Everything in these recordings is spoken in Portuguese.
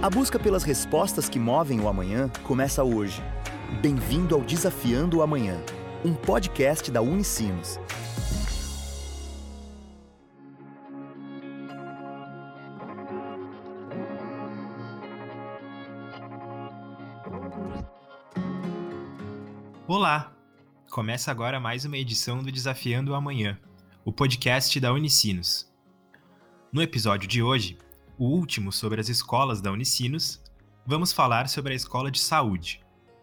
A busca pelas respostas que movem o amanhã começa hoje. Bem-vindo ao Desafiando o Amanhã, um podcast da Unicinos. Olá! Começa agora mais uma edição do Desafiando o Amanhã, o podcast da Unicinos. No episódio de hoje, o último sobre as escolas da Unicinos, vamos falar sobre a Escola de Saúde.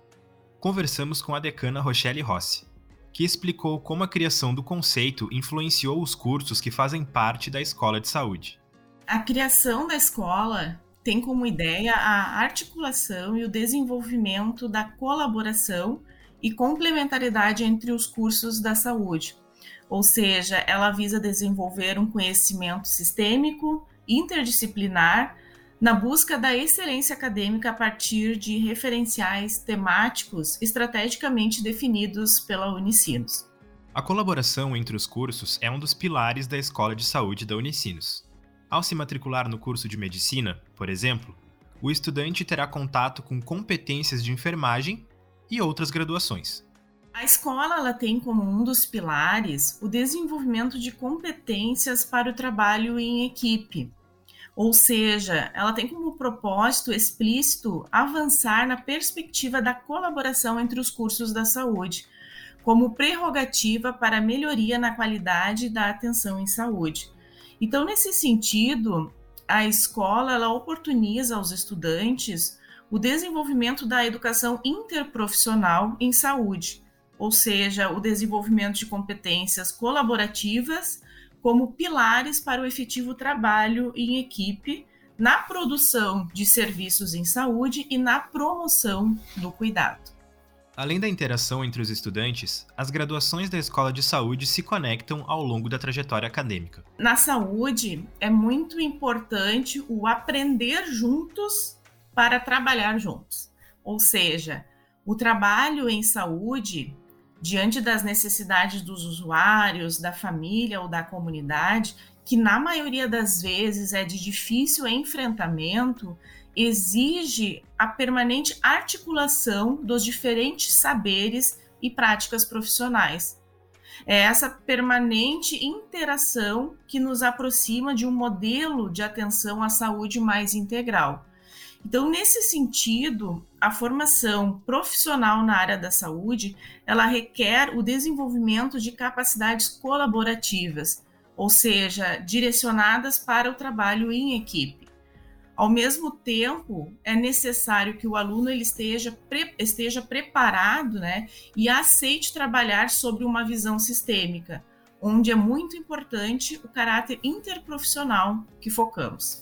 Conversamos com a decana Rochelle Rossi, que explicou como a criação do conceito influenciou os cursos que fazem parte da Escola de Saúde. A criação da escola tem como ideia a articulação e o desenvolvimento da colaboração e complementaridade entre os cursos da saúde, ou seja, ela visa desenvolver um conhecimento sistêmico, interdisciplinar, na busca da excelência acadêmica a partir de referenciais temáticos estrategicamente definidos pela Unicinos. A colaboração entre os cursos é um dos pilares da Escola de Saúde da Unicinos. Ao se matricular no curso de Medicina, por exemplo, o estudante terá contato com competências de enfermagem e outras graduações. A escola ela tem como um dos pilares o desenvolvimento de competências para o trabalho em equipe. Ou seja, ela tem como propósito explícito avançar na perspectiva da colaboração entre os cursos da saúde, como prerrogativa para a melhoria na qualidade da atenção em saúde. Então, nesse sentido, a escola ela oportuniza aos estudantes o desenvolvimento da educação interprofissional em saúde, ou seja, o desenvolvimento de competências colaborativas como pilares para o efetivo trabalho em equipe na produção de serviços em saúde e na promoção do cuidado. Além da interação entre os estudantes, as graduações da Escola de Saúde se conectam ao longo da trajetória acadêmica. Na saúde, é muito importante o aprender juntos para trabalhar juntos. Ou seja, o trabalho em saúde, diante das necessidades dos usuários, da família ou da comunidade, que na maioria das vezes é de difícil enfrentamento, exige a permanente articulação dos diferentes saberes e práticas profissionais. É essa permanente interação que nos aproxima de um modelo de atenção à saúde mais integral. Então, nesse sentido, a formação profissional na área da saúde, ela requer o desenvolvimento de capacidades colaborativas, ou seja, direcionadas para o trabalho em equipe. Ao mesmo tempo, é necessário que o aluno ele esteja preparado, e aceite trabalhar sobre uma visão sistêmica, onde é muito importante o caráter interprofissional que focamos.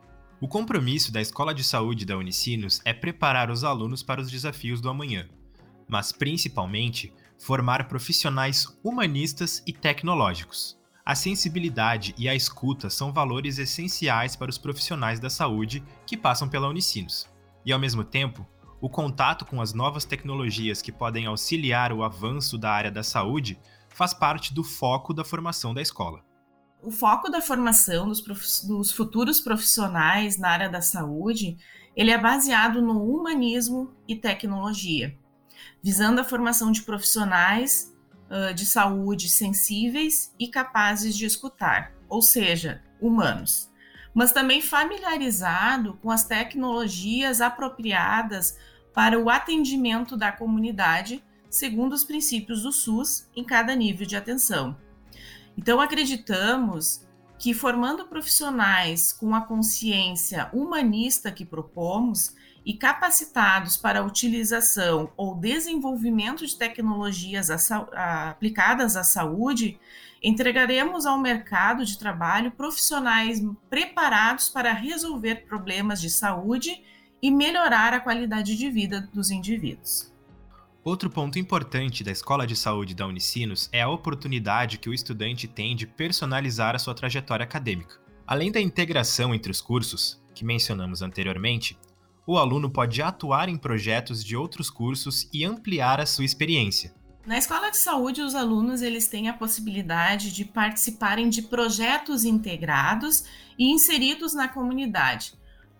O compromisso da Escola de Saúde da Unicinos é preparar os alunos para os desafios do amanhã, mas principalmente formar profissionais humanistas e tecnológicos. A sensibilidade e a escuta são valores essenciais para os profissionais da saúde que passam pela Unicinos. E, ao mesmo tempo, o contato com as novas tecnologias que podem auxiliar o avanço da área da saúde faz parte do foco da formação da escola. O foco da formação dos futuros profissionais na área da saúde, ele é baseado no humanismo e tecnologia, visando a formação de profissionais de saúde sensíveis e capazes de escutar, ou seja, humanos, mas também familiarizado com as tecnologias apropriadas para o atendimento da comunidade, segundo os princípios do SUS em cada nível de atenção. Então, acreditamos que formando profissionais com a consciência humanista que propomos e capacitados para a utilização ou desenvolvimento de tecnologias aplicadas à saúde, entregaremos ao mercado de trabalho profissionais preparados para resolver problemas de saúde e melhorar a qualidade de vida dos indivíduos. Outro ponto importante da Escola de Saúde da Unicinos é a oportunidade que o estudante tem de personalizar a sua trajetória acadêmica. Além da integração entre os cursos, que mencionamos anteriormente, o aluno pode atuar em projetos de outros cursos e ampliar a sua experiência. Na Escola de Saúde, os alunos eles têm a possibilidade de participarem de projetos integrados e inseridos na comunidade,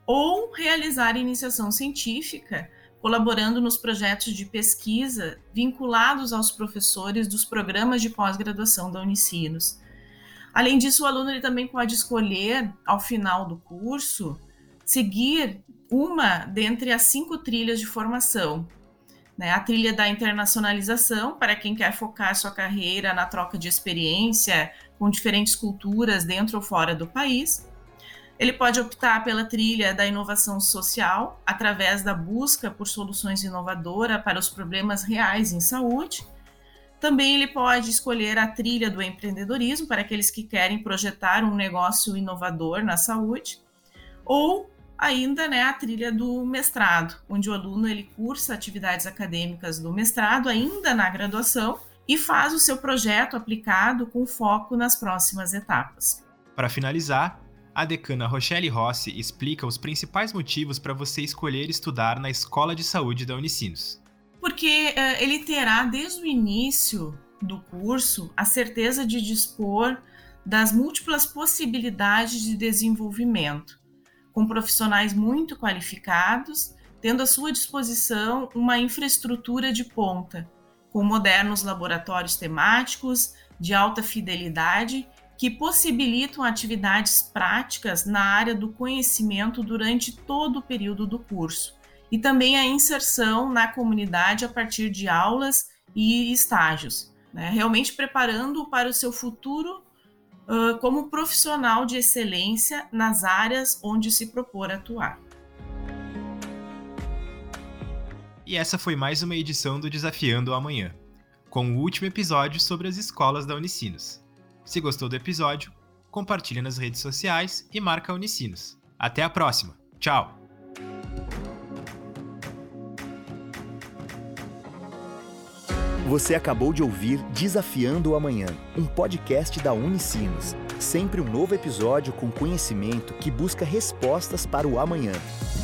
ou realizar iniciação científica, colaborando nos projetos de pesquisa vinculados aos professores dos programas de pós-graduação da Unicinos. Além disso, o aluno ele também pode escolher, ao final do curso, seguir uma dentre as 5 trilhas de formação. A trilha da internacionalização, para quem quer focar sua carreira na troca de experiência com diferentes culturas dentro ou fora do país. Ele pode optar pela trilha da inovação social, através da busca por soluções inovadoras para os problemas reais em saúde. Também ele pode escolher a trilha do empreendedorismo, para aqueles que querem projetar um negócio inovador na saúde. Ou ainda a trilha do mestrado, onde o aluno ele cursa atividades acadêmicas do mestrado ainda na graduação e faz o seu projeto aplicado com foco nas próximas etapas. Para finalizar, a decana Rochelle Rossi explica os principais motivos para você escolher estudar na Escola de Saúde da Unicinos. Porque ele terá, desde o início do curso, a certeza de dispor das múltiplas possibilidades de desenvolvimento, com profissionais muito qualificados, tendo à sua disposição uma infraestrutura de ponta, com modernos laboratórios temáticos, de alta fidelidade, que possibilitam atividades práticas na área do conhecimento durante todo o período do curso, e também a inserção na comunidade a partir de aulas e estágios, realmente preparando-o para o seu futuro como profissional de excelência nas áreas onde se propor atuar. E essa foi mais uma edição do Desafiando o Amanhã, com o último episódio sobre as escolas da Unicinos. Se gostou do episódio, compartilha nas redes sociais e marca a Unicinos. Até a próxima. Tchau! Você acabou de ouvir Desafiando o Amanhã, um podcast da Unicinos. Sempre um novo episódio com conhecimento que busca respostas para o amanhã.